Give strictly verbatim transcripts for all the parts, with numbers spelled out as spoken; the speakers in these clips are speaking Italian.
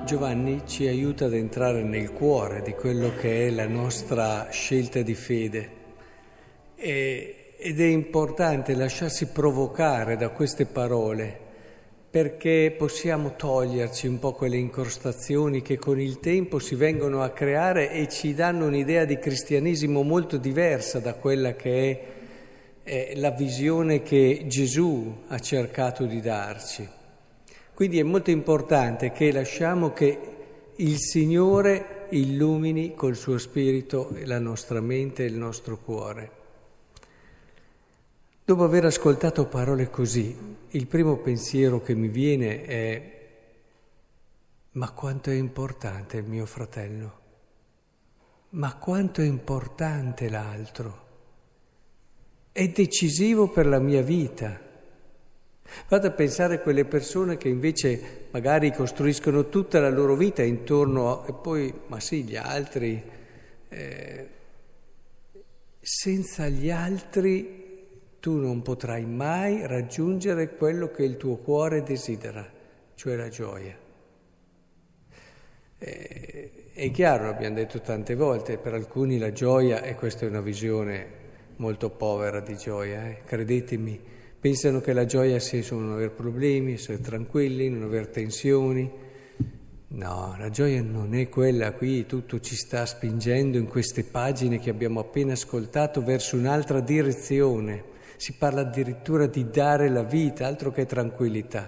Giovanni ci aiuta ad entrare nel cuore di quello che è la nostra scelta di fede e, ed è importante lasciarsi provocare da queste parole perché possiamo toglierci un po' quelle incrostazioni che con il tempo si vengono a creare e ci danno un'idea di cristianesimo molto diversa da quella che è, è la visione che Gesù ha cercato di darci. Quindi è molto importante che lasciamo che il Signore illumini col suo spirito la nostra mente e il nostro cuore. Dopo aver ascoltato parole così, il primo pensiero che mi viene è: ma quanto è importante il mio fratello? Ma quanto è importante l'altro? È decisivo per la mia vita. Vado a pensare a quelle persone che invece magari costruiscono tutta la loro vita intorno a, e poi, ma sì, gli altri, eh, senza gli altri tu non potrai mai raggiungere quello che il tuo cuore desidera, cioè la gioia. Eh, è chiaro, l'abbiamo detto tante volte, per alcuni la gioia, e questa è una visione molto povera di gioia, eh, credetemi. Pensano che la gioia sia solo non aver problemi, essere tranquilli, non aver tensioni. No, la gioia non è quella. Qui tutto ci sta spingendo in queste pagine che abbiamo appena ascoltato verso un'altra direzione. Si parla addirittura di dare la vita, altro che tranquillità.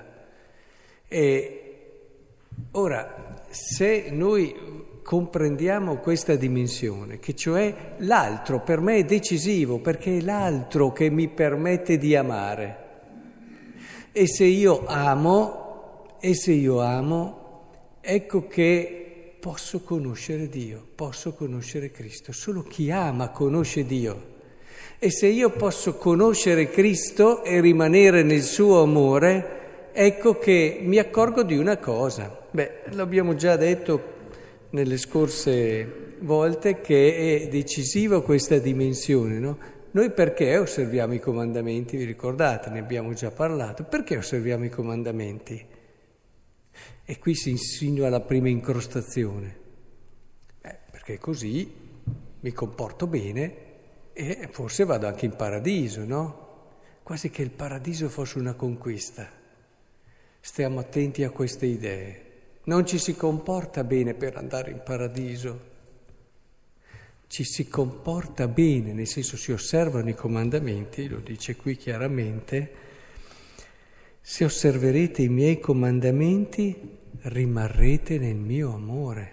E ora, se noi comprendiamo questa dimensione, che cioè l'altro per me è decisivo, perché è l'altro che mi permette di amare. E se io amo, e se io amo, ecco che posso conoscere Dio, posso conoscere Cristo. Solo chi ama conosce Dio. E se io posso conoscere Cristo e rimanere nel suo amore, ecco che mi accorgo di una cosa. Beh, l'abbiamo già detto nelle scorse volte che è decisiva questa dimensione, no? Noi perché osserviamo i comandamenti? Vi ricordate? Ne abbiamo già parlato. Perché osserviamo i comandamenti? E qui si insinua la prima incrostazione. Eh, perché così mi comporto bene e forse vado anche in paradiso, no? Quasi che il paradiso fosse una conquista. Stiamo attenti a queste idee. Non ci si comporta bene per andare in paradiso, ci si comporta bene, nel senso si osservano i comandamenti, lo dice qui chiaramente: se osserverete i miei comandamenti rimarrete nel mio amore.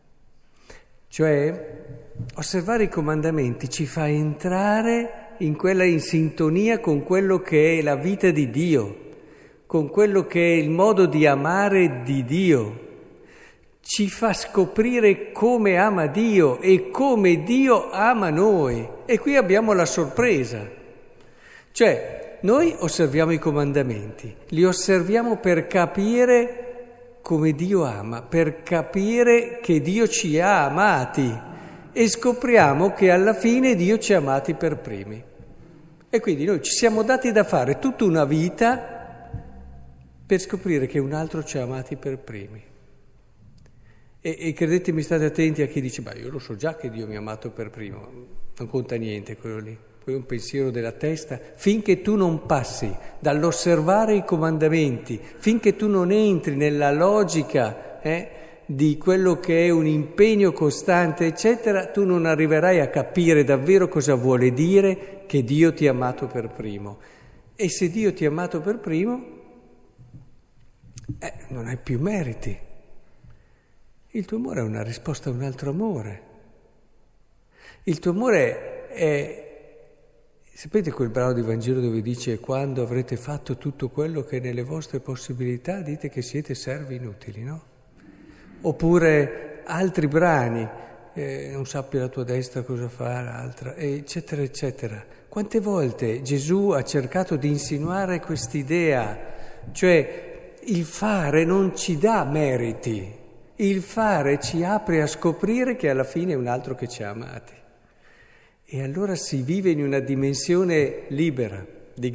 Cioè, osservare i comandamenti ci fa entrare in quella in sintonia con quello che è la vita di Dio, con quello che è il modo di amare di Dio, ci fa scoprire come ama Dio e come Dio ama noi. E qui abbiamo la sorpresa. Cioè, noi osserviamo i comandamenti, li osserviamo per capire come Dio ama, per capire che Dio ci ha amati e scopriamo che alla fine Dio ci ha amati per primi. E quindi noi ci siamo dati da fare tutta una vita per scoprire che un altro ci ha amati per primi. E, e credetemi, state attenti a chi dice: ma io lo so già che Dio mi ha amato per primo. Non conta niente quello lì, quello è un pensiero della testa. Finché tu non passi dall'osservare i comandamenti, finché tu non entri nella logica eh, di quello che è un impegno costante, eccetera, tu non arriverai a capire davvero cosa vuole dire che Dio ti ha amato per primo. E se Dio ti ha amato per primo, Eh, non hai più meriti. Il tuo amore è una risposta a un altro amore. Il tuo amore è... Sapete quel brano di Vangelo dove dice: quando avrete fatto tutto quello che è nelle vostre possibilità, dite che siete servi inutili, no? Oppure altri brani, eh, non sappi la tua destra cosa fa l'altra, eccetera, eccetera. Quante volte Gesù ha cercato di insinuare quest'idea, cioè il fare non ci dà meriti, il fare ci apre a scoprire che alla fine è un altro che ci ha amati. E allora si vive in una dimensione libera, di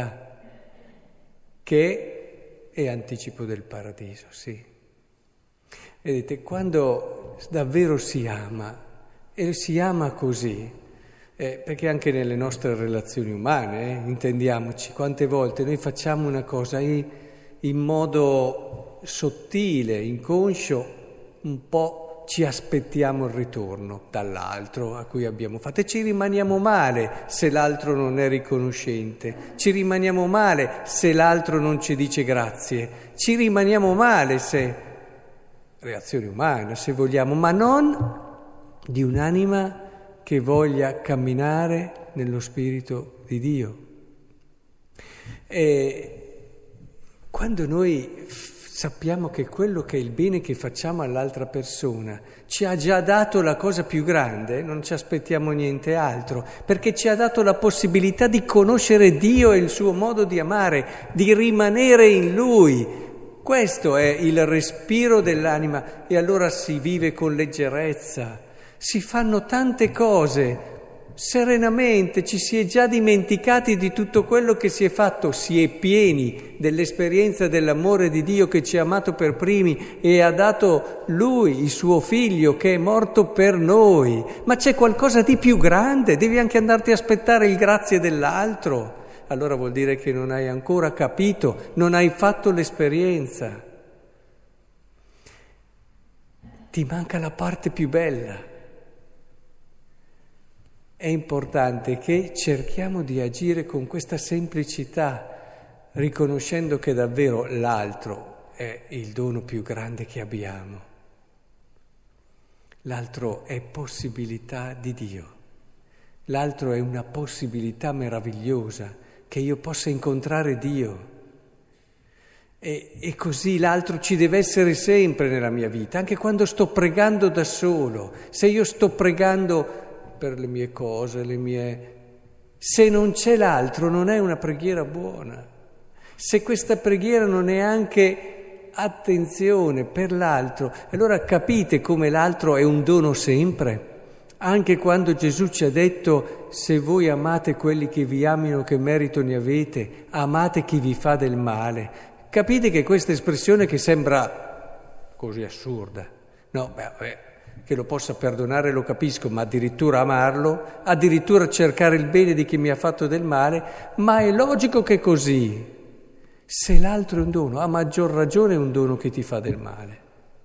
gratuità, che è anticipo del paradiso, sì. Vedete, quando davvero si ama, e si ama così, eh, perché anche nelle nostre relazioni umane, eh, intendiamoci, quante volte noi facciamo una cosa e in modo sottile, inconscio, un po' ci aspettiamo il ritorno dall'altro a cui abbiamo fatto e ci rimaniamo male se l'altro non è riconoscente, ci rimaniamo male se l'altro non ci dice grazie, ci rimaniamo male se, reazione umana se vogliamo, ma non di un'anima che voglia camminare nello Spirito di Dio. E quando noi sappiamo che quello che è il bene che facciamo all'altra persona ci ha già dato la cosa più grande, non ci aspettiamo niente altro, perché ci ha dato la possibilità di conoscere Dio e il suo modo di amare, di rimanere in Lui. Questo è il respiro dell'anima e allora si vive con leggerezza, si fanno tante cose. Serenamente ci si è già dimenticati di tutto quello che si è fatto, si è pieni dell'esperienza dell'amore di Dio che ci ha amato per primi e ha dato Lui, il suo Figlio, che è morto per noi. Ma c'è qualcosa di più grande, devi anche andarti a aspettare il grazie dell'altro. Allora vuol dire che non hai ancora capito, non hai fatto l'esperienza. Ti manca la parte più bella. È importante che cerchiamo di agire con questa semplicità, riconoscendo che davvero l'altro è il dono più grande che abbiamo. L'altro è possibilità di Dio. L'altro è una possibilità meravigliosa, che io possa incontrare Dio. E, e così l'altro ci deve essere sempre nella mia vita, anche quando sto pregando da solo. Se io sto pregando per le mie cose, le mie... se non c'è l'altro non è una preghiera buona. Se questa preghiera non è anche attenzione per l'altro, allora capite come l'altro è un dono sempre. Anche quando Gesù ci ha detto: se voi amate quelli che vi amino, che merito ne avete, amate chi vi fa del male. Capite che questa espressione che sembra così assurda, no, beh, beh che lo possa perdonare lo capisco, ma addirittura amarlo, addirittura cercare il bene di chi mi ha fatto del male, ma è logico che così. Se l'altro è un dono, a maggior ragione è un dono che ti fa del male.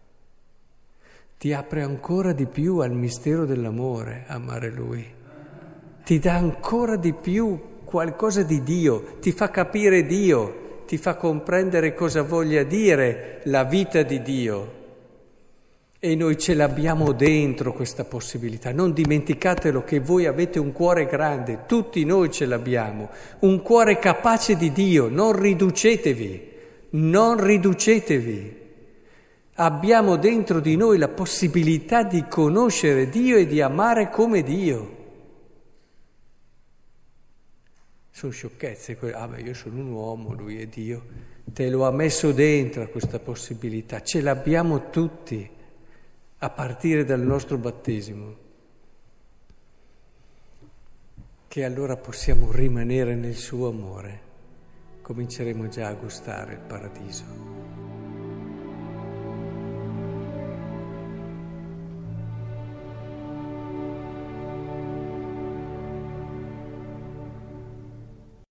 Ti apre ancora di più al mistero dell'amore, amare Lui. Ti dà ancora di più qualcosa di Dio, ti fa capire Dio, ti fa comprendere cosa voglia dire la vita di Dio. E noi ce l'abbiamo dentro questa possibilità. Non dimenticatelo che voi avete un cuore grande, tutti noi ce l'abbiamo, un cuore capace di Dio, non riducetevi, non riducetevi. Abbiamo dentro di noi la possibilità di conoscere Dio e di amare come Dio. Sono sciocchezze, ah beh, io sono un uomo, lui è Dio. Te lo ha messo dentro questa possibilità, ce l'abbiamo tutti. A partire dal nostro battesimo, che allora possiamo rimanere nel suo amore, cominceremo già a gustare il paradiso.